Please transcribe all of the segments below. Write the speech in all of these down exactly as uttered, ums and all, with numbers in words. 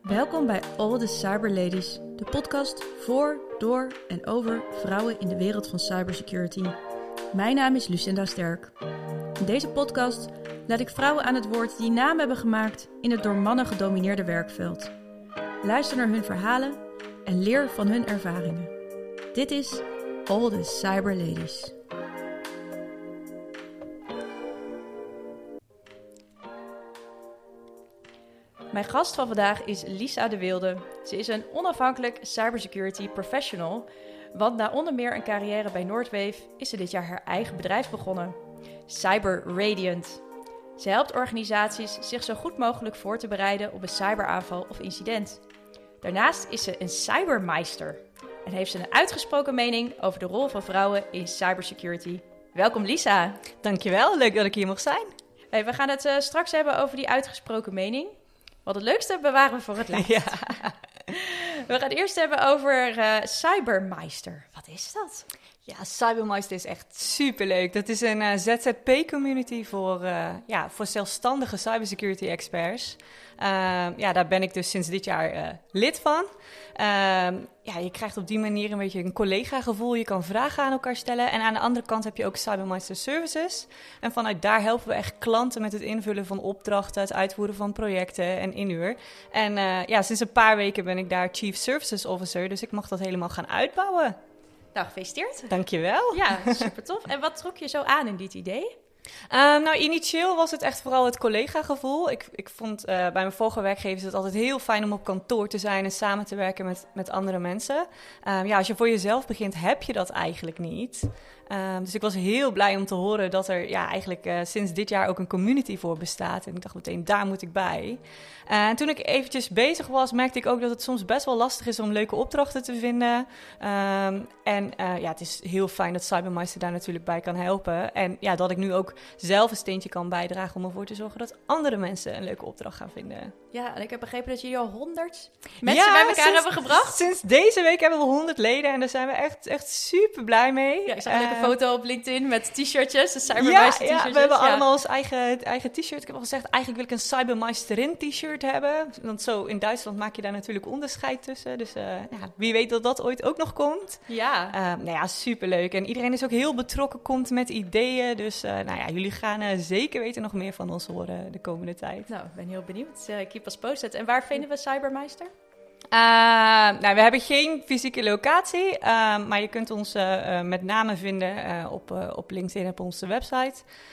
Welkom bij All the Cyber Ladies, de podcast voor, door en over vrouwen in de wereld van cybersecurity. Mijn naam is Lucinda Sterk. In deze podcast laat ik vrouwen aan het woord die naam hebben gemaakt in het door mannen gedomineerde werkveld. Luister naar hun verhalen en leer van hun ervaringen. Dit is All the Cyber Ladies. Mijn gast van vandaag is Lisa de Wilde. Ze is een onafhankelijk cybersecurity professional, want na onder meer een carrière bij Noordwave is ze dit jaar haar eigen bedrijf begonnen, Cyber Radiant. Ze helpt organisaties zich zo goed mogelijk voor te bereiden op een cyberaanval of incident. Daarnaast is ze een cybermeister en heeft ze een uitgesproken mening over de rol van vrouwen in cybersecurity. Welkom Lisa. Dankjewel, leuk dat ik hier mag zijn. Hey, we gaan het uh, straks hebben over die uitgesproken mening. Want het leukste bewaren we voor het laatst. Ja. We gaan het eerst hebben over uh, Cybermeister. Wat is dat? Ja, Cybermeister is echt superleuk. Dat is een uh, Z Z P-community voor, uh, ja, voor zelfstandige cybersecurity experts. Uh, ja, daar ben ik dus sinds dit jaar uh, lid van. Uh, ja, je krijgt op die manier een beetje een collega-gevoel. Je kan vragen aan elkaar stellen. En aan de andere kant heb je ook Cybermeister Services. En vanuit daar helpen we echt klanten met het invullen van opdrachten, het uitvoeren van projecten en inhuur. En uh, ja, sinds een paar weken ben ik daar Chief Services Officer. Dus ik mag dat helemaal gaan uitbouwen. Nou, gefeliciteerd. Dankjewel. Ja, super tof. En wat trok je zo aan in dit idee? Uh, nou, initieel was het echt vooral het collega-gevoel. Ik, ik vond uh, bij mijn vorige werkgevers het altijd heel fijn om op kantoor te zijn en samen te werken met, met andere mensen. Uh, ja, als je voor jezelf begint, heb je dat eigenlijk niet. Uh, dus ik was heel blij om te horen dat er ja, eigenlijk uh, sinds dit jaar ook een community voor bestaat. En ik dacht meteen, daar moet ik bij. Uh, en toen ik eventjes bezig was, merkte ik ook dat het soms best wel lastig is om leuke opdrachten te vinden. Um, en uh, ja, het is heel fijn dat Cybermeister daar natuurlijk bij kan helpen. En ja, dat ik nu ook zelf een steentje kan bijdragen om ervoor te zorgen dat andere mensen een leuke opdracht gaan vinden. Ja, en ik heb begrepen dat jullie al honderd mensen ja, bij elkaar sinds, hebben gebracht. Sinds deze week hebben we honderd leden en daar zijn we echt, echt super blij mee. Ja, ik zag uh, een foto op LinkedIn met t-shirtjes, de Cybermeister ja, t-shirtjes. Ja, we hebben ja. allemaal ons eigen, eigen t-shirt. Ik heb al gezegd, eigenlijk wil ik een Cybermeisterin t-shirt hebben. Want zo in Duitsland maak je daar natuurlijk onderscheid tussen. Dus uh, ja, wie weet dat dat ooit ook nog komt. Ja. Uh, nou ja, superleuk. En iedereen is ook heel betrokken, komt met ideeën. Dus uh, nou ja, jullie gaan uh, zeker weten nog meer van ons horen de komende tijd. Nou, ik ben heel benieuwd. Uh, keep us posted. En waar vinden we Cybermeister? Uh, nou, we hebben geen fysieke locatie, uh, maar je kunt ons uh, uh, met name vinden uh, op, uh, op LinkedIn en op onze website.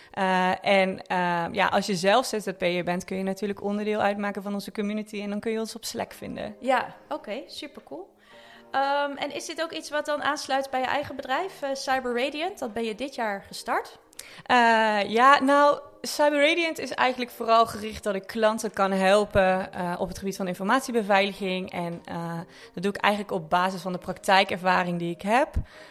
Uh, en uh, ja, als je zelf Z Z P'er bent, kun je natuurlijk onderdeel uitmaken van onze community en dan kun je ons op Slack vinden. Ja, oké, okay, super cool. Um, en is dit ook iets wat dan aansluit bij je eigen bedrijf, uh, Cyber Radiant? Dat ben je dit jaar gestart? Uh, ja, nou, Cyber Radiant is eigenlijk vooral gericht dat ik klanten kan helpen uh, op het gebied van informatiebeveiliging. En uh, dat doe ik eigenlijk op basis van de praktijkervaring die ik heb.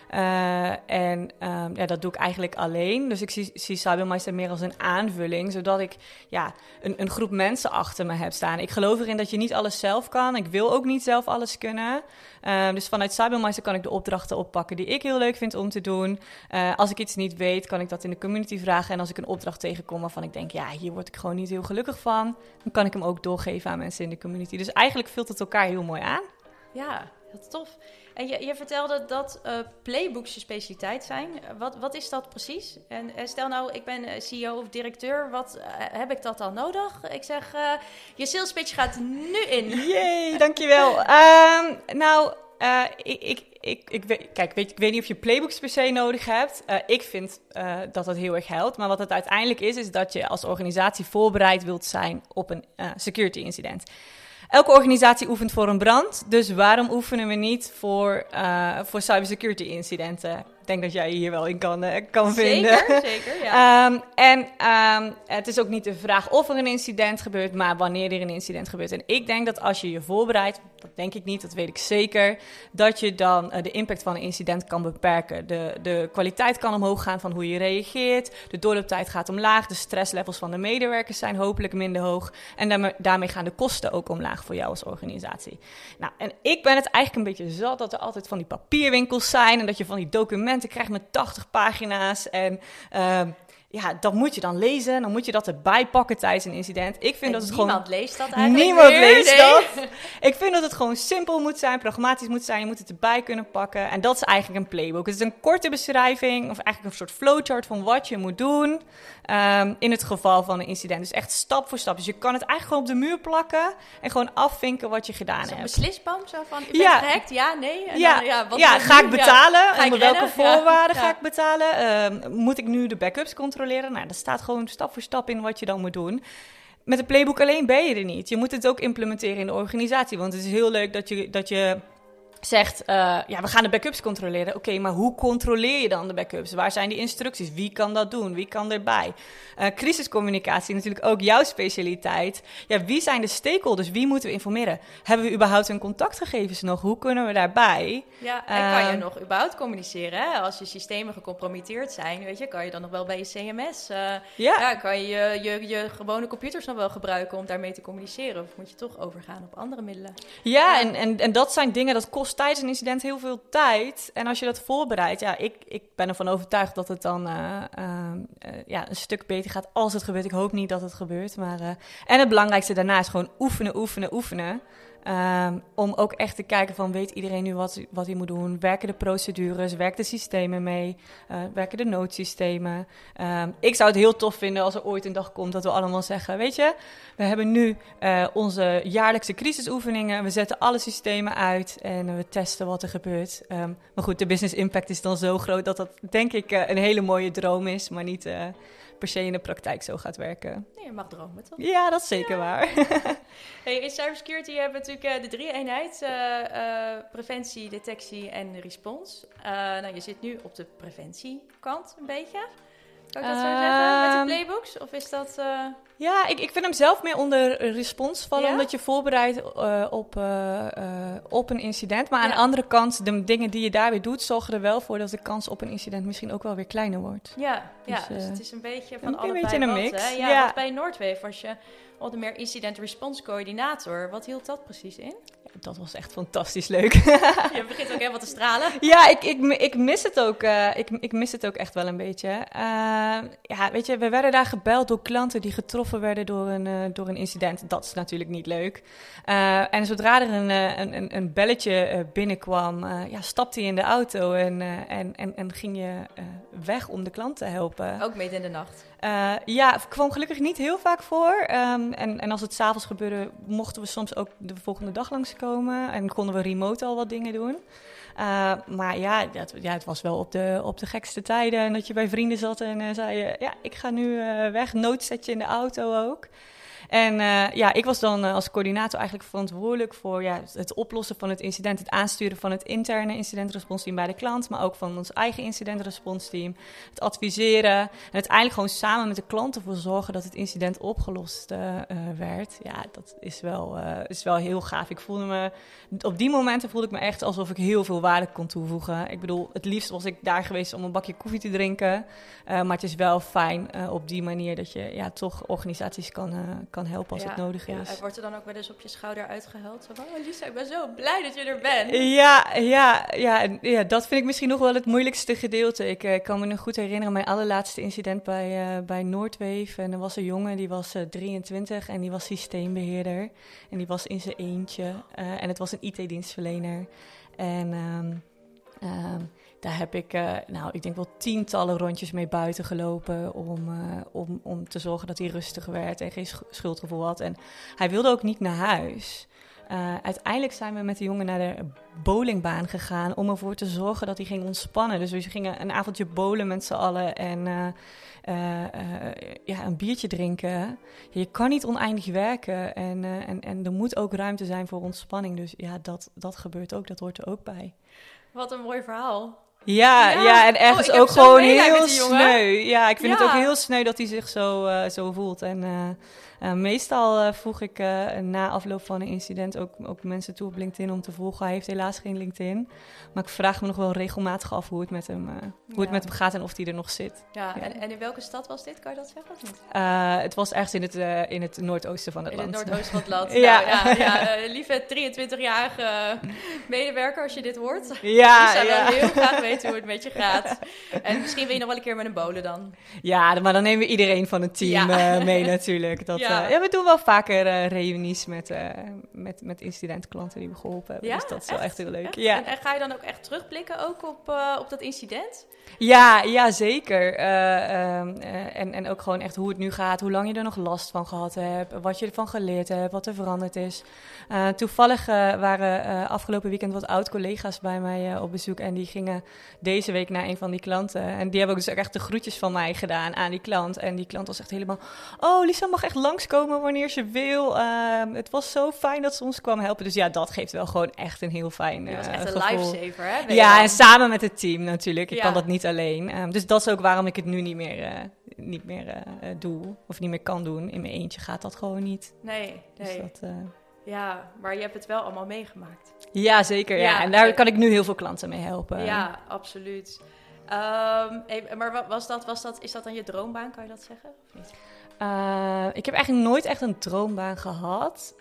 Uh, en uh, ja, dat doe ik eigenlijk alleen. Dus ik zie, zie Cybermeister meer als een aanvulling, zodat ik ja, een, een groep mensen achter me heb staan. Ik geloof erin dat je niet alles zelf kan. Ik wil ook niet zelf alles kunnen. Uh, dus vanuit Cybermeister kan ik de opdrachten oppakken die ik heel leuk vind om te doen. Uh, als ik iets niet weet, kan ik dat in de community vragen. En als ik een opdracht tegenkom waarvan ik denk, ja, hier word ik gewoon niet heel gelukkig van, dan kan ik hem ook doorgeven aan mensen in de community. Dus eigenlijk vult het elkaar heel mooi aan. Ja, dat tof. En je, je vertelde dat uh, playbooks je specialiteit zijn. Wat, wat is dat precies? En uh, stel nou, ik ben C E O of directeur. Wat uh, heb ik dat dan nodig? Ik zeg, uh, je sales pitch gaat nu in. Jee, dankjewel. um, nou, uh, ik... ik Ik, ik, weet, kijk, weet, ik weet niet of je playbooks per se nodig hebt. Uh, ik vind uh, dat dat heel erg helpt. Maar wat het uiteindelijk is, is dat je als organisatie voorbereid wilt zijn op een uh, security incident. Elke organisatie oefent voor een brand. Dus waarom oefenen we niet voor, uh, voor cybersecurity incidenten? Ik denk dat jij hier wel in kan, uh, kan vinden. Zeker, zeker, ja. Um, en um, het is ook niet de vraag of er een incident gebeurt, maar wanneer er een incident gebeurt. En ik denk dat als je je voorbereidt, dat denk ik niet, dat weet ik zeker, dat je dan uh, de impact van een incident kan beperken. De, de kwaliteit kan omhoog gaan van hoe je reageert, de doorlooptijd gaat omlaag, de stresslevels van de medewerkers zijn hopelijk minder hoog en daarmee, daarmee gaan de kosten ook omlaag voor jou als organisatie. Nou, en ik ben het eigenlijk een beetje zat dat er altijd van die papierwinkels zijn en dat je van die documenten krijgt met tachtig pagina's en uh, ja, dat moet je dan lezen. Dan moet je dat erbij pakken tijdens een incident. Ik vind en dat het niemand gewoon... leest dat eigenlijk Niemand meer. leest nee. dat. Ik vind dat het gewoon simpel moet zijn, pragmatisch moet zijn. Je moet het erbij kunnen pakken. En dat is eigenlijk een playbook. Het is een korte beschrijving, of eigenlijk een soort flowchart van wat je moet doen um, in het geval van een incident. Dus echt stap voor stap. Dus je kan het eigenlijk gewoon op de muur plakken en gewoon afvinken wat je gedaan Zo'n hebt. beslisboom, zo van, u bent Ja. gehackt, ja, nee? En Ja, dan, ja, wat ja moet ik ga nu? ik betalen? Ja. Ga ik Onder welke rennen? voorwaarden Ja. ga Ja. ik betalen? Um, moet ik nu de backups controleren? Nou, dat staat gewoon stap voor stap in wat je dan moet doen. Met een playbook alleen ben je er niet. Je moet het ook implementeren in de organisatie. Want het is heel leuk dat je, dat je zegt, uh, ja, we gaan de backups controleren. Oké, okay, maar hoe controleer je dan de backups? Waar zijn die instructies? Wie kan dat doen? Wie kan erbij? Uh, crisiscommunicatie, natuurlijk ook jouw specialiteit. Ja, wie zijn de stakeholders? Wie moeten we informeren? Hebben we überhaupt hun contactgegevens nog? Hoe kunnen we daarbij? Ja, en kan je nog überhaupt communiceren? Hè? Als je systemen gecompromitteerd zijn, weet je, kan je dan nog wel bij je C M S? Uh, ja. ja, kan je je, je je gewone computers nog wel gebruiken om daarmee te communiceren? Of moet je toch overgaan op andere middelen? Ja, ja. En, en, en dat zijn dingen, dat kost tijdens een incident heel veel tijd. En als je dat voorbereidt, ja, ik, ik ben ervan overtuigd dat het dan uh, uh, uh, ja, een stuk beter gaat als het gebeurt. Ik hoop niet dat het gebeurt. Maar, uh, en het belangrijkste daarna is gewoon oefenen, oefenen, oefenen. Um, om ook echt te kijken van, weet iedereen nu wat, wat hij moet doen? Werken de procedures? Werken de systemen mee? Uh, werken de noodsystemen? Um, ik zou het heel tof vinden als er ooit een dag komt dat we allemaal zeggen, weet je, we hebben nu uh, onze jaarlijkse crisisoefeningen. We zetten alle systemen uit en we testen wat er gebeurt. Um, maar goed, de business impact is dan zo groot dat dat denk ik uh, een hele mooie droom is, maar niet uh, per se in de praktijk zo gaat werken. Nee, je mag dromen, toch? Ja, dat is zeker ja. waar. Hey, in cybersecurity hebben we natuurlijk uh, de drie-eenheid, uh, uh, preventie, detectie en respons. Uh, nou, je zit nu op de preventiekant een beetje. Kan ik dat zo zeggen, met de playbooks? Of is dat... Uh... Ja, ik, ik vind hem zelf meer onder respons vallen, ja? omdat je voorbereidt uh, op, uh, uh, op een incident. Maar aan ja. de andere kant, de dingen die je daar weer doet, zorgen er wel voor dat de kans op een incident misschien ook wel weer kleiner wordt. Ja, dus, ja, dus uh, het is een beetje van een allebei beetje een wat, mix. Hè? Ja, ja. want bij Noordwave was je onder meer incident response coördinator. Wat hield dat precies in? Dat was echt fantastisch leuk. Je begint ook helemaal te stralen. Ja, ik, ik, ik, mis het ook, uh, ik, ik mis het ook echt wel een beetje. Uh, ja, weet je, we werden daar gebeld door klanten die getroffen werden door een, uh, door een incident. Dat is natuurlijk niet leuk. Uh, en zodra er een, een, een belletje uh, binnenkwam, uh, ja, stapte hij in de auto en, uh, en, en, en ging je uh, weg om de klant te helpen. Ook midden in de nacht? Uh, ja, kwam gelukkig niet heel vaak voor. Um, en, en als het 's avonds gebeurde, mochten we soms ook de volgende dag langskomen. En konden we remote al wat dingen doen. Uh, maar ja, dat, ja, het was wel op de, op de gekste tijden. En dat je bij vrienden zat en uh, zei je, ja, ik ga nu uh, weg. Noodzetje in de auto ook. En uh, ja, ik was dan uh, als coördinator eigenlijk verantwoordelijk voor ja, het oplossen van het incident, het aansturen van het interne incidentresponsteam bij de klant, maar ook van ons eigen incidentresponsteam, het adviseren en uiteindelijk gewoon samen met de klant ervoor zorgen dat het incident opgelost uh, uh, werd. Ja, dat is wel, uh, is wel heel gaaf. Ik voelde me, op die momenten voelde ik me echt alsof ik heel veel waarde kon toevoegen. Ik bedoel, het liefst was ik daar geweest om een bakje koffie te drinken, uh, maar het is wel fijn uh, op die manier dat je ja, toch organisaties kan uh, kan helpen als ja, het nodig ja. is. Wordt er dan ook wel eens op je schouder uitgehuild? Zo van, oh Lisa, ik ben zo blij dat je er bent. Ja, ja, ja, ja, dat vind ik misschien nog wel het moeilijkste gedeelte. Ik uh, kan me nog goed herinneren, mijn allerlaatste incident bij, uh, bij Noordwave. En er was een jongen, die was uh, drieëntwintig en die was systeembeheerder. En die was in zijn eentje. Uh, en het was een I T-dienstverlener. En... Um, um, Daar heb ik, uh, nou, ik denk wel tientallen rondjes mee buiten gelopen om, uh, om, om te zorgen dat hij rustig werd en geen schuldgevoel had. En hij wilde ook niet naar huis. Uh, uiteindelijk zijn we met de jongen naar de bowlingbaan gegaan om ervoor te zorgen dat hij ging ontspannen. Dus we gingen een avondje bowlen met z'n allen en uh, uh, uh, ja, een biertje drinken. Je kan niet oneindig werken en, uh, en, en er moet ook ruimte zijn voor ontspanning. Dus ja, dat, dat gebeurt ook, dat hoort er ook bij. Wat een mooi verhaal. Ja, ja, ja, en ergens oh, ook gewoon heel sneu. Ja, ik vind ja. het ook heel sneu dat hij zich zo, uh, zo voelt. En uh, uh, meestal uh, voeg ik uh, na afloop van een incident ook, ook mensen toe op LinkedIn om te volgen. Hij heeft helaas geen LinkedIn. Maar ik vraag me nog wel regelmatig af hoe het met hem, uh, hoe ja. het met hem gaat en of hij er nog zit. Ja, ja. En, en in welke stad was dit? Kan je dat zeggen of niet? Uh, het was ergens in het, uh, in het noordoosten van het in land. In het noordoosten van het land. ja. Nou, ja, ja uh, lieve drieëntwintigjarige medewerker, als je dit hoort. Ja, Die zou ja. wel heel graag weten weten hoe het met je gaat. En misschien wil je nog wel een keer met een bolen dan. Ja, maar dan nemen we iedereen van het team ja. uh, mee natuurlijk. Dat, ja. Uh, ja, we doen wel vaker uh, reunies met, uh, met, met incidentklanten die we geholpen hebben. Ja? Dus dat is wel echt, echt heel leuk. Echt? Ja. En, en ga je dan ook echt terugblikken ook op, uh, op dat incident? Ja, ja zeker. Uh, um, uh, en, en ook gewoon echt hoe het nu gaat, hoe lang je er nog last van gehad hebt, wat je ervan geleerd hebt, wat er veranderd is. Uh, toevallig uh, waren uh, afgelopen weekend wat oud-collega's bij mij uh, op bezoek en die gingen deze week naar een van die klanten. En die hebben ook dus echt de groetjes van mij gedaan aan die klant. En die klant was echt helemaal, oh, Lisa mag echt langskomen wanneer ze wil. Uh, het was zo fijn dat ze ons kwam helpen. Dus ja, dat geeft wel gewoon echt een heel fijn uh, gevoel. Dat was echt gevoel. een lifesaver, hè? Ja, en samen met het team natuurlijk. Ik ja. kan dat niet alleen. Um, dus dat is ook waarom ik het nu niet meer, uh, niet meer uh, doe. Of niet meer kan doen. In mijn eentje gaat dat gewoon niet. Nee, nee. Dus dat, uh... Ja, maar je hebt het wel allemaal meegemaakt. Ja, zeker. Ja. Ja. En daar kan ik nu heel veel klanten mee helpen. Ja, absoluut. Um, maar was dat, was dat, is dat dan je droombaan, kan je dat zeggen? Of niet? Uh, ik heb eigenlijk nooit echt een droombaan gehad.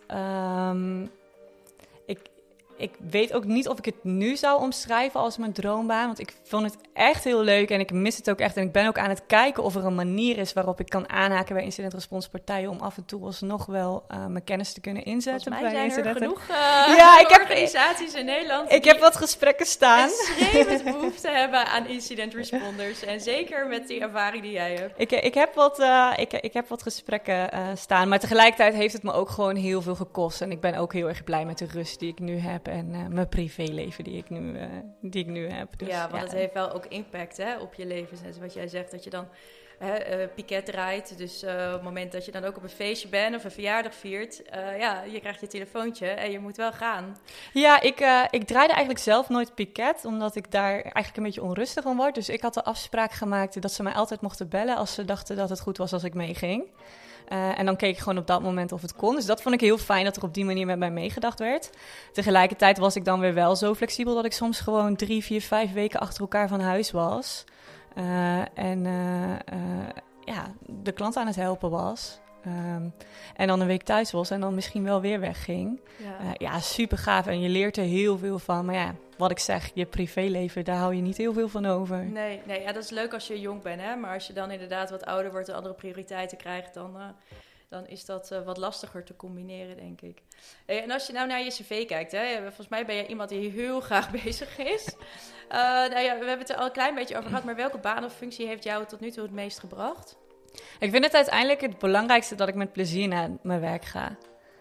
Um, ik... Ik weet ook niet of ik het nu zou omschrijven als mijn droombaan. Want ik vond het echt heel leuk en ik mis het ook echt. En ik ben ook aan het kijken of er een manier is waarop ik kan aanhaken bij incident-responspartijen. Om af en toe alsnog wel uh, mijn kennis te kunnen inzetten. Volgens mij bij zijn er genoeg uh, ja, ik heb, organisaties in Nederland. Ik heb wat gesprekken staan. schreeuwend behoefte hebben aan incident responders. En zeker met die ervaring die jij hebt. Ik, ik, heb, wat, uh, ik, ik heb wat gesprekken uh, staan. Maar tegelijkertijd heeft het me ook gewoon heel veel gekost. En ik ben ook heel erg blij met de rust die ik nu heb. En uh, mijn privéleven die ik nu, uh, die ik nu heb. Dus, ja, want ja. het heeft wel ook impact hè, op je leven. Net wat jij zegt, dat je dan hè, uh, piket draait. Dus uh, op het moment dat je dan ook op een feestje bent of een verjaardag viert. Uh, ja, je krijgt je telefoontje en je moet wel gaan. Ja, ik, uh, ik draaide eigenlijk zelf nooit piket. Omdat ik daar eigenlijk een beetje onrustig van word. Dus ik had de afspraak gemaakt dat ze mij altijd mochten bellen als ze dachten dat het goed was als ik meeging. Uh, en dan keek ik gewoon op dat moment of het kon. Dus dat vond ik heel fijn dat er op die manier met mij meegedacht werd. Tegelijkertijd was ik dan weer wel zo flexibel dat ik soms gewoon drie, vier, vijf weken achter elkaar van huis was. Uh, en uh, uh, ja, de klant aan het helpen was. Um, en dan een week thuis was en dan misschien wel weer wegging. Ja, uh, ja super gaaf en je leert er heel veel van. Maar ja, wat ik zeg, je privéleven, daar hou je niet heel veel van over. Nee, nee ja, dat is leuk als je jong bent, hè? Maar als je dan inderdaad wat ouder wordt en andere prioriteiten krijgt, dan, uh, dan is dat uh, wat lastiger te combineren, denk ik. Hey, en als je nou naar je cv kijkt, hè? Volgens mij ben je iemand die heel graag bezig is. Uh, nou ja, we hebben het er al een klein beetje over gehad, maar welke baan of functie heeft jou tot nu toe het meest gebracht? Ik vind het uiteindelijk het belangrijkste dat ik met plezier naar mijn werk ga.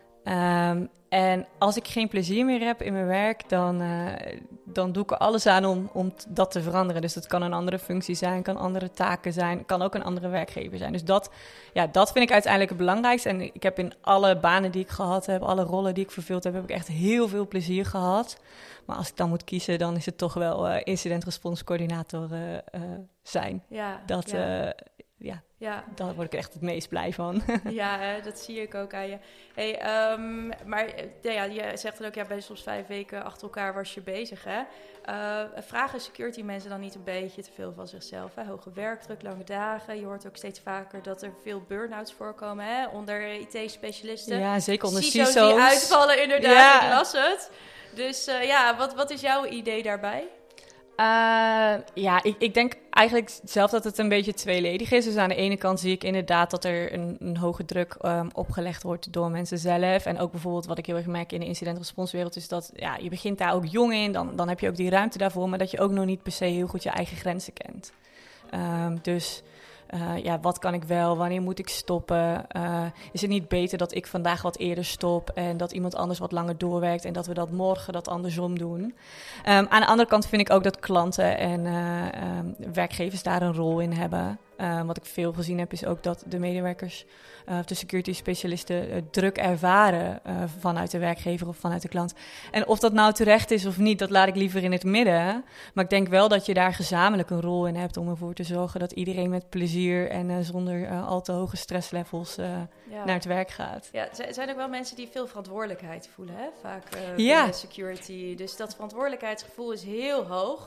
Um, en als ik geen plezier meer heb in mijn werk, dan, uh, dan doe ik er alles aan om, om t- dat te veranderen. Dus dat kan een andere functie zijn, kan andere taken zijn, kan ook een andere werkgever zijn. Dus dat, ja, dat vind ik uiteindelijk het belangrijkste. En ik heb in alle banen die ik gehad heb, alle rollen die ik vervuld heb, heb ik echt heel veel plezier gehad. Maar als ik dan moet kiezen, dan is het toch wel uh, incident-responscoördinator uh, uh, zijn. Ja, dat, ja. Uh, ja, ja, daar word ik echt het meest blij van. Ja, uh, dat zie ik ook aan je. Hey, um, maar uh, ja, je zegt dan ook, ja, bij soms vijf weken achter elkaar was je bezig, hè? Uh, vragen security mensen dan niet een beetje te veel van zichzelf? Hè? Hoge werkdruk, lange dagen. Je hoort ook steeds vaker dat er veel burn-outs voorkomen, hè? Onder I T-specialisten. Ja, zeker onder C I S O's. C I S O's die uitvallen, inderdaad. Ja. Ik las het. Dus uh, ja, wat, wat is jouw idee daarbij? Uh, ja, ik, ik denk eigenlijk zelf dat het een beetje tweeledig is. Dus aan de ene kant zie ik inderdaad dat er een, een hoge druk um, opgelegd wordt door mensen zelf. En ook bijvoorbeeld wat ik heel erg merk in de incident-responswereld is dat ja, je begint daar ook jong in. Dan, dan heb je ook die ruimte daarvoor, maar dat je ook nog niet per se heel goed je eigen grenzen kent. Um, dus... Uh, ja, wat kan ik wel? Wanneer moet ik stoppen? Uh, is het niet beter dat ik vandaag wat eerder stop en dat iemand anders wat langer doorwerkt en dat we dat morgen dat andersom doen? Um, aan de andere kant vind ik ook dat klanten en uh, um, werkgevers daar een rol in hebben. Uh, wat ik veel gezien heb is ook dat de medewerkers, uh, de security specialisten, uh, druk ervaren uh, vanuit de werkgever of vanuit de klant. En of dat nou terecht is of niet, dat laat ik liever in het midden. Maar ik denk wel dat je daar gezamenlijk een rol in hebt om ervoor te zorgen dat iedereen met plezier en uh, zonder uh, al te hoge stresslevels uh, ja. naar het werk gaat. Ja, er zijn ook wel mensen die veel verantwoordelijkheid voelen, hè? Vaak uh, ja. binnen security. Dus dat verantwoordelijkheidsgevoel is heel hoog.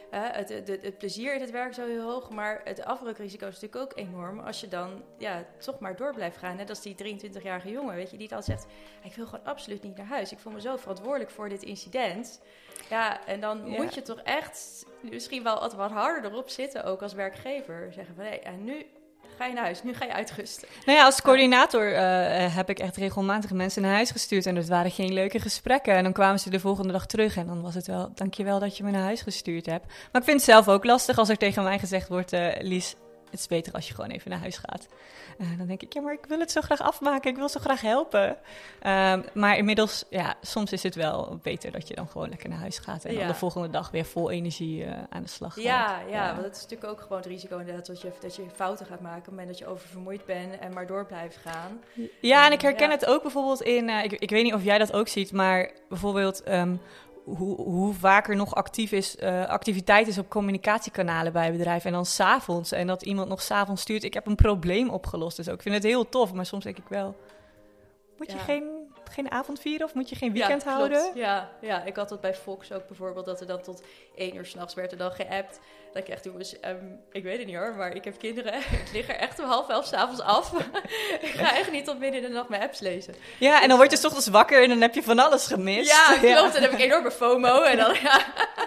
Uh, het, het, het plezier in het werk is zo heel hoog, maar het afbreukrisico is natuurlijk ook enorm. Als je dan ja, toch maar door blijft gaan. Net als die drieëntwintigjarige jongen, weet je, die dan zegt, ik wil gewoon absoluut niet naar huis. Ik voel me zo verantwoordelijk voor dit incident. Ja, en dan ja. moet je toch echt misschien wel wat, wat harder erop zitten, ook als werkgever. Zeggen van, hé, hey, en nu ga je naar huis, nu ga je uitrusten. Nou ja, als coördinator uh, heb ik echt regelmatig mensen naar huis gestuurd. En het waren geen leuke gesprekken. En dan kwamen ze de volgende dag terug. En dan was het wel, dankjewel dat je me naar huis gestuurd hebt. Maar ik vind het zelf ook lastig als er tegen mij gezegd wordt, uh, Lies, het is beter als je gewoon even naar huis gaat. Uh, dan denk ik, ja, maar ik wil het zo graag afmaken. Ik wil zo graag helpen. Um, maar inmiddels, ja, soms is het wel beter dat je dan gewoon lekker naar huis gaat. En ja. dan de volgende dag weer vol energie uh, aan de slag gaat. Ja, ja, ja, want het is natuurlijk ook gewoon het risico inderdaad dat je, dat je fouten gaat maken op het moment dat je oververmoeid bent en maar door blijft gaan. Ja, en ik herken ja. het ook bijvoorbeeld in, uh, ik, ik weet niet of jij dat ook ziet, maar bijvoorbeeld Um, Hoe, hoe vaker nog actief is, uh, activiteit is op communicatiekanalen bij bedrijven. En dan 's avonds. En dat iemand nog 's avonds stuurt, ik heb een probleem opgelost. Dus ook. Ik vind het heel tof, maar soms denk ik wel, moet je ja. geen, geen avond vieren of moet je geen weekend ja, houden? Klopt. Ja, ja, ik had dat bij Fox ook bijvoorbeeld, dat er dan tot één uur 's nachts werd er dan geappt. Dat ik echt, jongens, um, ik weet het niet hoor, maar ik heb kinderen. Ik lig er echt om half elf 's avonds af. Ik ga echt niet tot midden in de nacht mijn apps lezen. Ja, en dan word je 's ochtends wakker en dan heb je van alles gemist. Ja, klopt. Ja. En dan heb ik enorme FOMO. En dan, ja.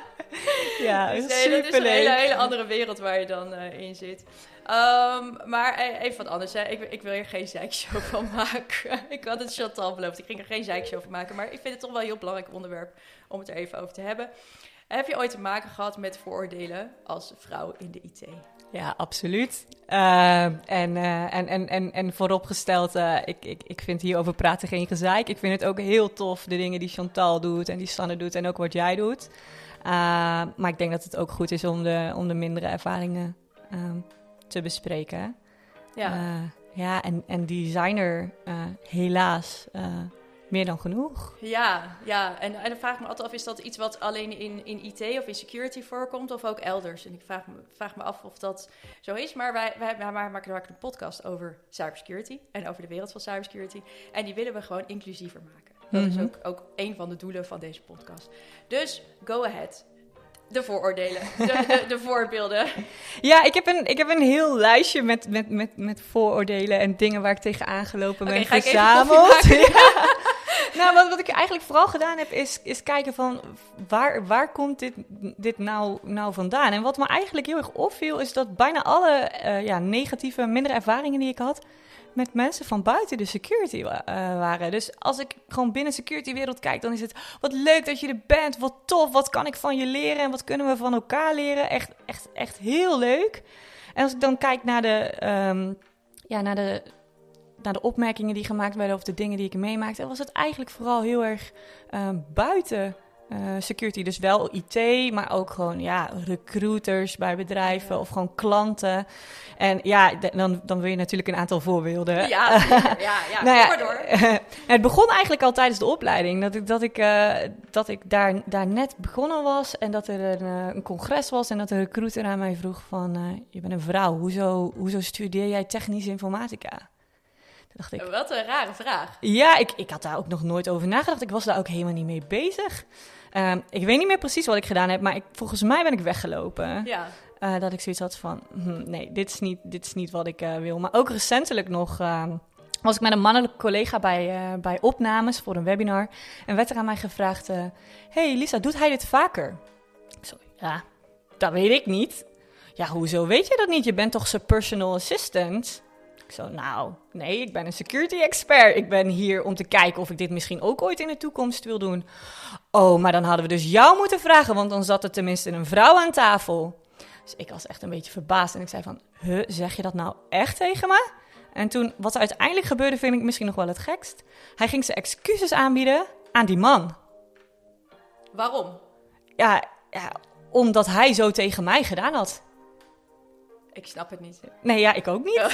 Ja, dus, nee, dat is een hele, hele andere wereld waar je dan uh, in zit. Um, maar even wat anders. Hè. Ik, ik wil hier geen zeikshow van maken. Ik had het Chantal beloofd. Ik ging er geen zeikshow van maken. Maar ik vind het toch wel een heel belangrijk onderwerp om het er even over te hebben. Heb je ooit te maken gehad met vooroordelen als vrouw in de I T? Ja, absoluut. Uh, en, uh, en, en, en, en vooropgesteld, uh, ik, ik, ik vind hierover praten geen gezeik. Ik vind het ook heel tof, de dingen die Chantal doet en die Sanne doet en ook wat jij doet. Uh, maar ik denk dat het ook goed is om de, om de mindere ervaringen uh, te bespreken. Ja, uh, ja en, en die zijn er uh, helaas uh, meer dan genoeg. Ja, ja. En, en dan vraag ik me altijd af, is dat iets wat alleen in, in I T of in security voorkomt of ook elders? En ik vraag me, vraag me af of dat zo is. Maar wij, wij, wij maken een podcast over cybersecurity en over de wereld van cybersecurity. En die willen we gewoon inclusiever maken. Dat mm-hmm. is ook, ook een van de doelen van deze podcast. Dus go ahead. De vooroordelen, de, de, de voorbeelden. Ja, ik heb een, ik heb een heel lijstje met, met, met, met vooroordelen en dingen waar ik tegenaan gelopen okay, ben ga verzameld. Ja. Nou, wat, wat ik eigenlijk vooral gedaan heb, is, is kijken van waar, waar komt dit, dit nou, nou vandaan? En wat me eigenlijk heel erg opviel, is dat bijna alle uh, ja, negatieve, mindere ervaringen die ik had met mensen van buiten de security uh, waren. Dus als ik gewoon binnen de security-wereld kijk, dan is het wat leuk dat je er bent, wat tof, wat kan ik van je leren en wat kunnen we van elkaar leren. Echt, echt, echt heel leuk. En als ik dan kijk naar de, um, ja, naar de, naar de opmerkingen die gemaakt werden of de dingen die ik meemaakte, dan was het eigenlijk vooral heel erg um, buiten Uh, security, dus wel I T, maar ook gewoon ja, recruiters bij bedrijven of gewoon klanten. En ja, d- dan, dan wil je natuurlijk een aantal voorbeelden. Ja, ja, ja, ja. nou ja door. Uh, het begon eigenlijk al tijdens de opleiding, dat ik, dat ik, uh, dat ik daar, daar net begonnen was en dat er een, uh, een congres was en dat de recruiter aan mij vroeg van, uh, je bent een vrouw, hoezo, hoezo studeer jij technische informatica? Dacht ik, wat een rare vraag. Ja, ik, ik had daar ook nog nooit over nagedacht. Ik was daar ook helemaal niet mee bezig. Um, ik weet niet meer precies wat ik gedaan heb, maar ik, volgens mij ben ik weggelopen. Ja. Uh, dat ik zoiets had van, hm, nee, dit is niet, dit is niet wat ik uh, wil. Maar ook recentelijk nog uh, was ik met een mannelijke collega bij, uh, bij opnames voor een webinar. En werd er aan mij gevraagd, uh, hey Lisa, doet hij dit vaker? Ik zo, ja, dat weet ik niet. Ja, hoezo weet je dat niet? Je bent toch zijn personal assistant? Ik zo, nou, nee, ik ben een security expert. Ik ben hier om te kijken of ik dit misschien ook ooit in de toekomst wil doen. Oh, maar dan hadden we dus jou moeten vragen, want dan zat er tenminste een vrouw aan tafel. Dus ik was echt een beetje verbaasd en ik zei van, huh, zeg je dat nou echt tegen me? En toen, wat er uiteindelijk gebeurde, vind ik misschien nog wel het gekst. Hij ging zijn excuses aanbieden aan die man. Waarom? Ja, ja, omdat hij zo tegen mij gedaan had. Ik snap het niet. Nee, ja, ik ook niet. Ja.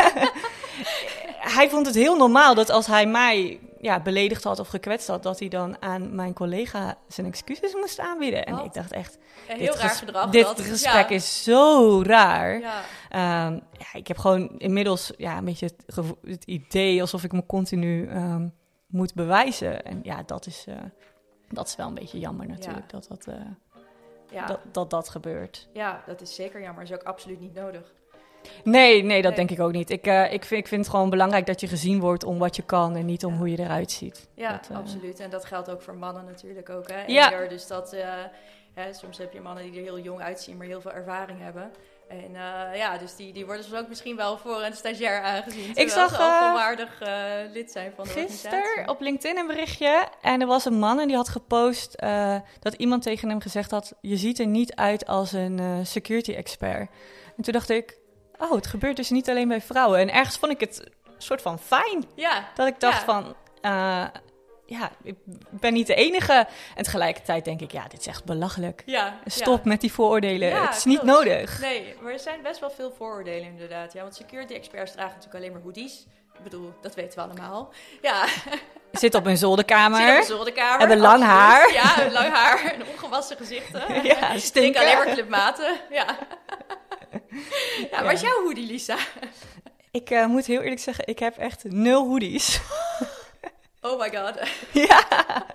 Hij vond het heel normaal dat als hij mij ja, beledigd had of gekwetst had, dat hij dan aan mijn collega zijn excuses moest aanbieden. En Wat? ik dacht echt, ja, heel raar gedrag. Dit dat. gesprek ja. is zo raar. Ja. Um, ja, ik heb gewoon inmiddels ja, een beetje het, gevo- het idee alsof ik me continu um, moet bewijzen. En ja, dat is, uh, dat is wel een beetje jammer natuurlijk. Ja. Dat dat... Uh, ja. dat, dat dat gebeurt. Ja, dat is zeker jammer. Is ook absoluut niet nodig. Nee, nee, dat nee. denk ik ook niet. Ik, uh, ik, vind, ik vind het gewoon belangrijk dat je gezien wordt om wat je kan en niet om ja. hoe je eruit ziet. Ja, dat, uh... absoluut. En dat geldt ook voor mannen natuurlijk ook. Hè? En ja. meer, dus dat, uh, hè, soms heb je mannen die er heel jong uitzien, maar heel veel ervaring hebben. En uh, ja, dus die, die worden dus ook misschien wel voor een stagiair aangezien. Ik zag ze al uh, volwaardig uh, lid zijn van de gisteren organisatie. op LinkedIn een berichtje. En er was een man en die had gepost uh, dat iemand tegen hem gezegd had: je ziet er niet uit als een uh, security expert. En toen dacht ik, oh, het gebeurt dus niet alleen bij vrouwen. En ergens vond ik het een soort van fijn. Ja. Dat ik dacht ja. van, uh, ja, ik ben niet de enige. En tegelijkertijd denk ik, ja, dit is echt belachelijk. Ja, Stop ja. met die vooroordelen. Ja, het is niet klopt. nodig. Nee, maar er zijn best wel veel vooroordelen inderdaad. Ja, want security experts dragen natuurlijk alleen maar hoodies. Ik bedoel, dat weten we allemaal. Ja. Zit op een zolderkamer. Zit op een zolderkamer. Hebben lang absoluut. haar. Ja, hebben lang haar en ongewassen gezichten. Ja, Drink alleen maar clubmaten. Ja. Ja, waar is ja. jouw hoodie, Lisa? Ik uh, moet heel eerlijk zeggen, ik heb echt nul hoodies. Oh my god. Ja.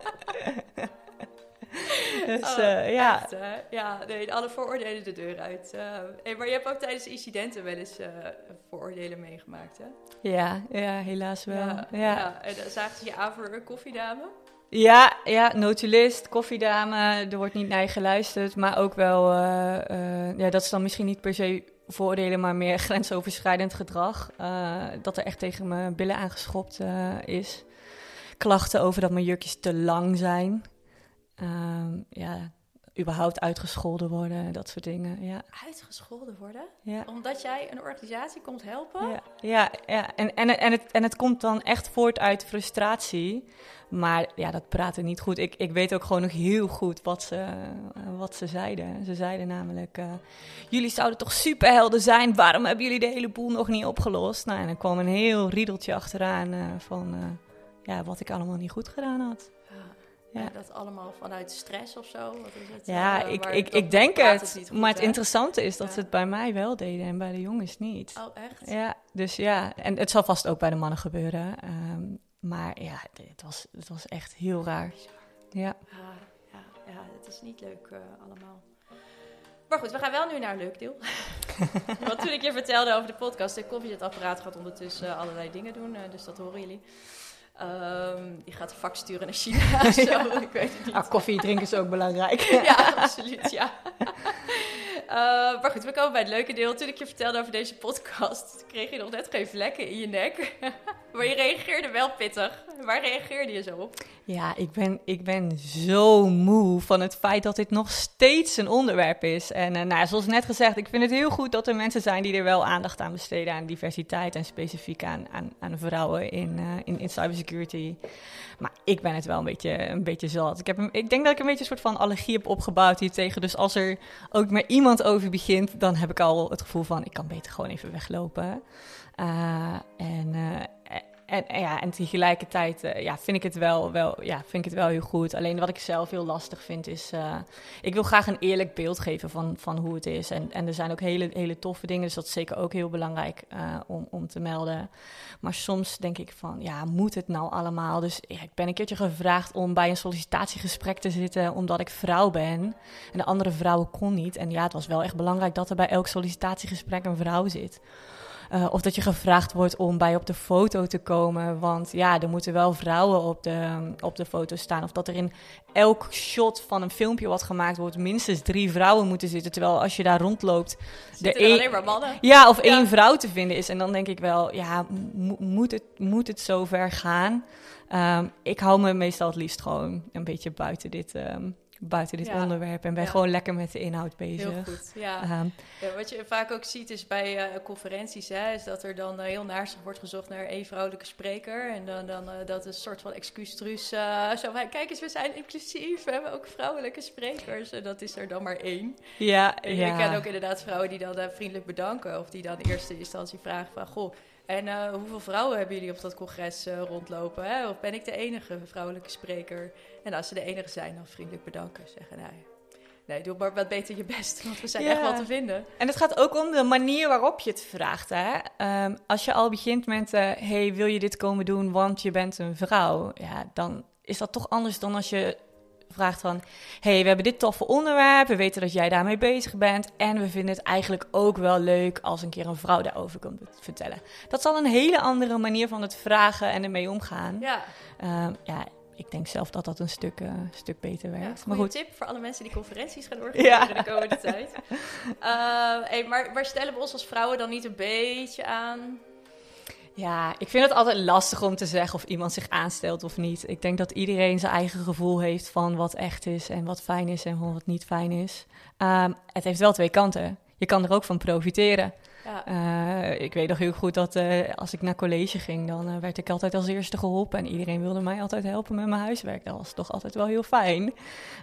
Dus, oh, uh, ja. Echt, uh, ja, nee, alle vooroordelen de deur uit. Uh, hey, maar je hebt ook tijdens incidenten wel eens uh, vooroordelen meegemaakt, hè? Ja, ja, helaas wel. Ja, Ja, ja. En uh, zagen ze je aan voor een koffiedame? Ja, ja, notulist, koffiedame, er wordt niet naar je geluisterd. Maar ook wel, uh, uh, ja, dat is dan misschien niet per se vooroordelen, maar meer grensoverschrijdend gedrag. Uh, dat er echt tegen mijn billen aangeschopt uh, is. Klachten over dat mijn jurkjes te lang zijn. Um, ja, überhaupt uitgescholden worden, dat soort dingen, ja. Uitgescholden worden? Ja. Omdat jij een organisatie komt helpen? Ja, ja, ja. En, en, en, het, en het komt dan echt voort uit frustratie. Maar ja, dat praten niet goed. Ik, ik weet ook gewoon nog heel goed wat ze, uh, wat ze zeiden. Ze zeiden namelijk, uh, jullie zouden toch superhelden zijn? Waarom hebben jullie de hele boel nog niet opgelost? Nou, en er kwam een heel riedeltje achteraan uh, van uh, ja, wat ik allemaal niet goed gedaan had. Ja. Ja, dat allemaal vanuit stress of zo? Wat is het? Ja, uh, ik, maar ik, dan ik denk praat het. het goed, maar het hè? interessante is dat ja. ze het bij mij wel deden en bij de jongens niet. Oh, echt? Ja, dus ja. En het zal vast ook bij de mannen gebeuren. Um, maar ja, het was, het was echt heel raar. Ja. Ah, ja, ja, het is niet leuk uh, allemaal. Maar goed, we gaan wel nu naar een leuk deel. Want toen ik je vertelde over de podcast, de koffiezetapparaat gaat ondertussen uh, allerlei dingen doen. Uh, dus dat horen jullie. Um, die gaat een fax sturen naar China. Zo, ja. Ik weet het niet. Ah, koffie drinken is ook belangrijk. Ja, absoluut, ja. Uh, maar goed, we komen bij het leuke deel. Toen ik je vertelde over deze podcast, kreeg je nog net geen vlekken in je nek. Maar je reageerde wel pittig. Waar reageerde je zo op? Ja, ik ben, ik ben zo moe van het feit dat dit nog steeds een onderwerp is. En uh, nou, zoals net gezegd, ik vind het heel goed dat er mensen zijn die er wel aandacht aan besteden aan diversiteit en specifiek aan, aan, aan vrouwen in, uh, in, in cybersecurity. Maar ik ben het wel een beetje, een beetje zat. Ik, heb een, ik denk dat ik een beetje een soort van allergie heb opgebouwd hiertegen. Dus als er ook maar iemand over begint, dan heb ik al het gevoel van, ik kan beter gewoon even weglopen. Uh, en... Uh, En, en, ja, en tegelijkertijd uh, ja, vind, ik het wel, wel, ja, vind ik het wel heel goed. Alleen wat ik zelf heel lastig vind is... Uh, ik wil graag een eerlijk beeld geven van, van hoe het is. En, en er zijn ook hele, hele toffe dingen. Dus dat is zeker ook heel belangrijk uh, om, om te melden. Maar soms denk ik van... Ja, moet het nou allemaal? Dus ja, ik ben een keertje gevraagd om bij een sollicitatiegesprek te zitten... omdat ik vrouw ben. En de andere vrouwen kon niet. En ja, het was wel echt belangrijk dat er bij elk sollicitatiegesprek een vrouw zit... Uh, of dat je gevraagd wordt om bij op de foto te komen. Want ja, er moeten wel vrouwen op de, op de foto staan. Of dat er in elk shot van een filmpje wat gemaakt wordt... minstens drie vrouwen moeten zitten. Terwijl als je daar rondloopt... Zitten er alleen maar mannen? Ja, of ja. één vrouw te vinden is. En dan denk ik wel, ja, mo- moet, het, moet het zover gaan? Um, ik hou me meestal het liefst gewoon een beetje buiten dit... Um, buiten dit ja. onderwerp en ben ja. gewoon lekker met de inhoud bezig. Heel goed, ja. Um, ja. Wat je vaak ook ziet is bij uh, conferenties, hè, is dat er dan uh, heel naarstig wordt gezocht naar één vrouwelijke spreker. En dan, dan uh, dat is een soort van excuustruus. Uh, zo van, kijk eens, we zijn inclusief, we hebben ook vrouwelijke sprekers. En dat is er dan maar één. Ja, en ja. je kent ook inderdaad vrouwen die dan uh, vriendelijk bedanken. Of die dan in eerste instantie vragen van, goh, en uh, hoeveel vrouwen hebben jullie op dat congres uh, rondlopen? Hè? Of ben ik de enige vrouwelijke spreker? En als ze de enige zijn, dan vriendelijk bedanken. Zeggen, nee, nee, doe maar wat beter je best, want we zijn ja. echt wel te vinden. En het gaat ook om de manier waarop je het vraagt. Hè? Um, als je al begint met, uh, hey, wil je dit komen doen, want je bent een vrouw? Ja, dan is dat toch anders dan als je vraagt van... hey, we hebben dit toffe onderwerp, we weten dat jij daarmee bezig bent... en we vinden het eigenlijk ook wel leuk als een keer een vrouw daarover komt vertellen. Dat is al een hele andere manier van het vragen en ermee omgaan. Ja. Uh, ja, ik denk zelf dat dat een stuk, uh, stuk beter werkt. Ja, maar goed. Tip voor alle mensen die conferenties gaan organiseren ja. de komende tijd. Uh, hey, maar waar stellen we ons als vrouwen dan niet een beetje aan... Ja, ik vind het altijd lastig om te zeggen of iemand zich aanstelt of niet. Ik denk dat iedereen zijn eigen gevoel heeft van wat echt is en wat fijn is en wat niet fijn is. Um, het heeft wel twee kanten. Je kan er ook van profiteren. Ja. Uh, ik weet nog heel goed dat uh, als ik naar college ging, dan uh, werd ik altijd als eerste geholpen. En iedereen wilde mij altijd helpen met mijn huiswerk. Dat was toch altijd wel heel fijn. Um,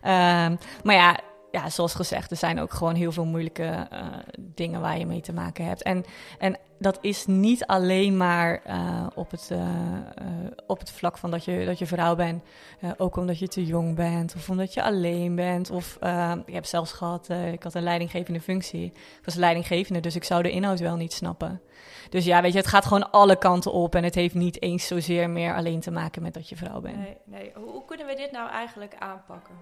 maar ja... Ja, zoals gezegd, er zijn ook gewoon heel veel moeilijke uh, dingen waar je mee te maken hebt. En, en dat is niet alleen maar uh, op, het, uh, uh, op het vlak van dat je, dat je vrouw bent. Uh, ook omdat je te jong bent of omdat je alleen bent. Of uh, ik heb zelfs gehad, uh, ik had een leidinggevende functie. Ik was leidinggevende, dus ik zou de inhoud wel niet snappen. Dus ja, weet je, het gaat gewoon alle kanten op. En het heeft niet eens zozeer meer alleen te maken met dat je vrouw bent. Nee, nee. Hoe, hoe kunnen we dit nou eigenlijk aanpakken?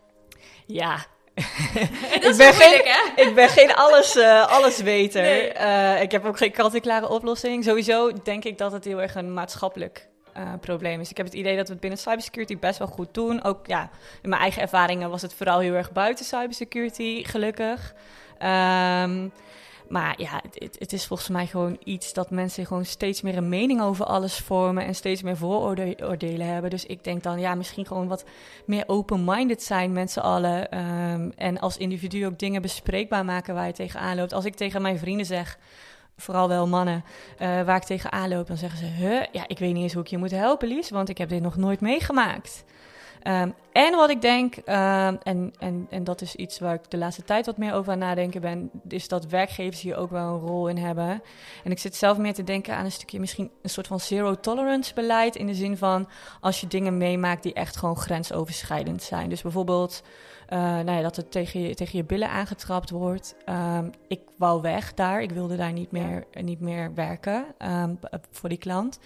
Ja... ik, ben geen, hè? ik ben geen alles, uh, allesweter. Nee. Uh, ik heb ook geen kant-en-klare oplossing. Sowieso denk ik dat het heel erg een maatschappelijk uh, probleem is. Ik heb het idee dat we het binnen cybersecurity best wel goed doen. Ook ja, in mijn eigen ervaringen was het vooral heel erg buiten cybersecurity, gelukkig. Um, Maar ja, het, het is volgens mij gewoon iets dat mensen gewoon steeds meer een mening over alles vormen en steeds meer vooroordelen hebben. Dus ik denk dan, ja, misschien gewoon wat meer open-minded zijn met z'n allen. Um, en als individu ook dingen bespreekbaar maken waar je tegenaan loopt. Als ik tegen mijn vrienden zeg, vooral wel mannen, uh, waar ik tegenaan loop, dan zeggen ze, huh, ja, ik weet niet eens hoe ik je moet helpen, Lies, want ik heb dit nog nooit meegemaakt. Um, en wat ik denk, um, en, en, en dat is iets waar ik de laatste tijd wat meer over aan nadenken ben, is dat werkgevers hier ook wel een rol in hebben. En ik zit zelf meer te denken aan een stukje misschien een soort van zero tolerance beleid, in de zin van als je dingen meemaakt die echt gewoon grensoverschrijdend zijn. Dus bijvoorbeeld uh, nou ja, dat er tegen je, tegen je billen aangetrapt wordt. Um, ik wou weg daar, ik wilde daar niet meer, niet meer werken um, voor die klant.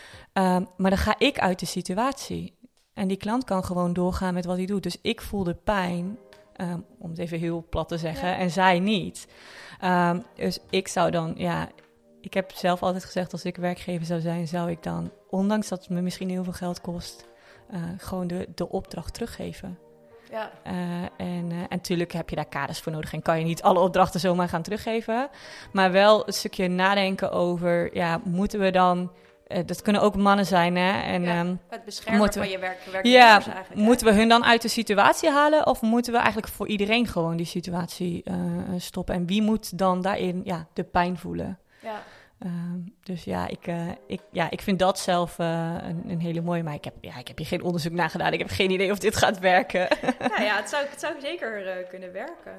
Um, maar dan ga ik uit de situatie. En die klant kan gewoon doorgaan met wat hij doet. Dus ik voelde pijn, um, om het even heel plat te zeggen, ja. En zij niet. Um, dus ik zou dan, ja, ik heb zelf altijd gezegd, als ik werkgever zou zijn, zou ik dan, ondanks dat het me misschien heel veel geld kost, uh, gewoon de, de opdracht teruggeven. Ja. Uh, en, uh, en natuurlijk heb je daar kaders voor nodig en kan je niet alle opdrachten zomaar gaan teruggeven. Maar wel een stukje nadenken over, ja, moeten we dan... Uh, dat kunnen ook mannen zijn, hè? En, ja, um, het beschermen moeten, van je werk, werknemers ja, eigenlijk. Moeten hè? we hun dan uit de situatie halen? Of moeten we eigenlijk voor iedereen gewoon die situatie uh, stoppen? En wie moet dan daarin ja, de pijn voelen? Ja. Um, dus ja ik, uh, ik, ja, ik vind dat zelf uh, een, een hele mooie. Maar ik heb, ja, ik heb hier geen onderzoek naar gedaan. Ik heb geen idee of dit gaat werken. Nou ja, het zou, het zou zeker uh, kunnen werken.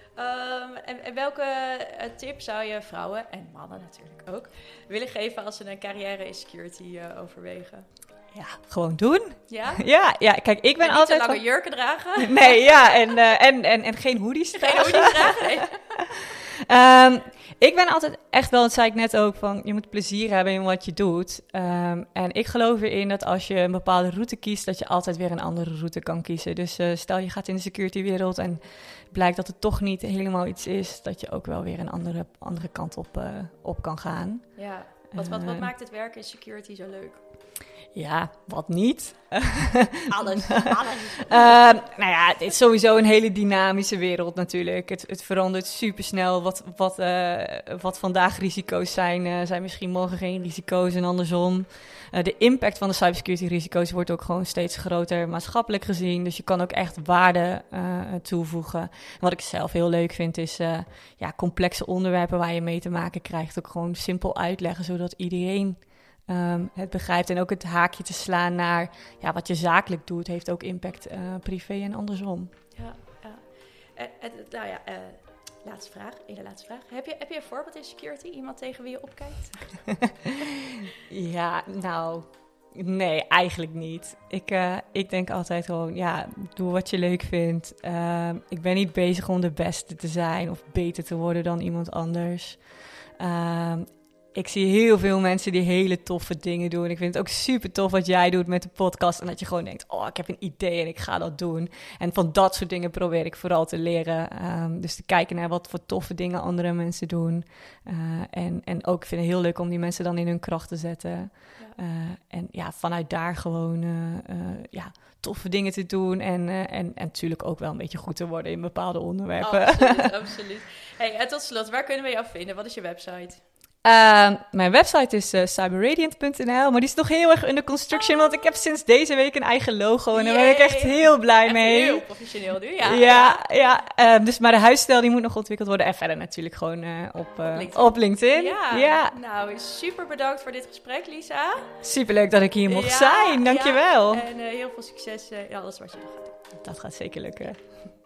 Um, en, en welke uh, tip zou je vrouwen, en mannen natuurlijk ook, willen geven als ze een carrière in security uh, overwegen? Ja, gewoon doen. Ja? Ja, ja, kijk, ik ben en altijd... niet te lange jurken dragen? Nee, ja, en, uh, en, en, en geen hoodies dragen. Geen hoodies dragen, nee. Um, ik ben altijd echt wel, dat zei ik net ook, van je moet plezier hebben in wat je doet. Um, en ik geloof erin dat als je een bepaalde route kiest, dat je altijd weer een andere route kan kiezen. Dus uh, stel je gaat in de security-wereld en blijkt dat het toch niet helemaal iets is, dat je ook wel weer een andere, andere kant op, uh, op kan gaan. Ja, wat, wat, wat maakt het werken in security zo leuk? Ja, wat niet? Alles, alles. Uh, nou ja, het is sowieso een hele dynamische wereld natuurlijk. Het, het verandert supersnel. Wat, wat, uh, wat vandaag risico's zijn, uh, zijn misschien morgen geen risico's en andersom. Uh, de impact van de cybersecurity risico's wordt ook gewoon steeds groter maatschappelijk gezien. Dus je kan ook echt waarde uh, toevoegen. En wat ik zelf heel leuk vind is uh, ja, complexe onderwerpen waar je mee te maken krijgt. Ook gewoon simpel uitleggen, zodat iedereen... Um, het begrijpt. En ook het haakje te slaan naar ja, wat je zakelijk doet, heeft ook impact uh, privé en andersom. Ja, ja. Uh, uh, nou ja, uh, laatste vraag. Ene laatste vraag. Heb je, heb je een voorbeeld in security? Iemand tegen wie je opkijkt? Ja, nou, nee, eigenlijk niet. Ik, uh, ik denk altijd gewoon, ja, doe wat je leuk vindt. Uh, ik ben niet bezig om de beste te zijn of beter te worden dan iemand anders. Uh, ik zie heel veel mensen die hele toffe dingen doen. Ik vind het ook super tof wat jij doet met de podcast. En dat je gewoon denkt, oh, ik heb een idee en ik ga dat doen. En van dat soort dingen probeer ik vooral te leren. Um, dus te kijken naar wat voor toffe dingen andere mensen doen. Uh, en, en ook, ik vind het heel leuk om die mensen dan in hun kracht te zetten. Ja. Uh, en ja, vanuit daar gewoon uh, uh, ja, toffe dingen te doen. En, uh, en, en natuurlijk ook wel een beetje goed te worden in bepaalde onderwerpen. Absoluut, absoluut. Hey, en tot slot, waar kunnen we jou vinden? Wat is je website? Uh, mijn website is uh, cyberradiant punt n l, maar die is nog heel erg under construction, oh. want ik heb sinds deze week een eigen logo en daar ben ik echt heel blij echt mee. Heel professioneel nu, ja. Ja, ja. ja uh, dus maar de huisstijl die moet nog ontwikkeld worden en verder natuurlijk gewoon uh, op, uh, op LinkedIn. Op LinkedIn. Ja. ja, nou super bedankt voor dit gesprek, Lisa. Superleuk dat ik hier mocht ja, zijn, dankjewel. Ja. En uh, heel veel succes uh, in alles wat je nog gaat doen. Dat gaat zeker lukken.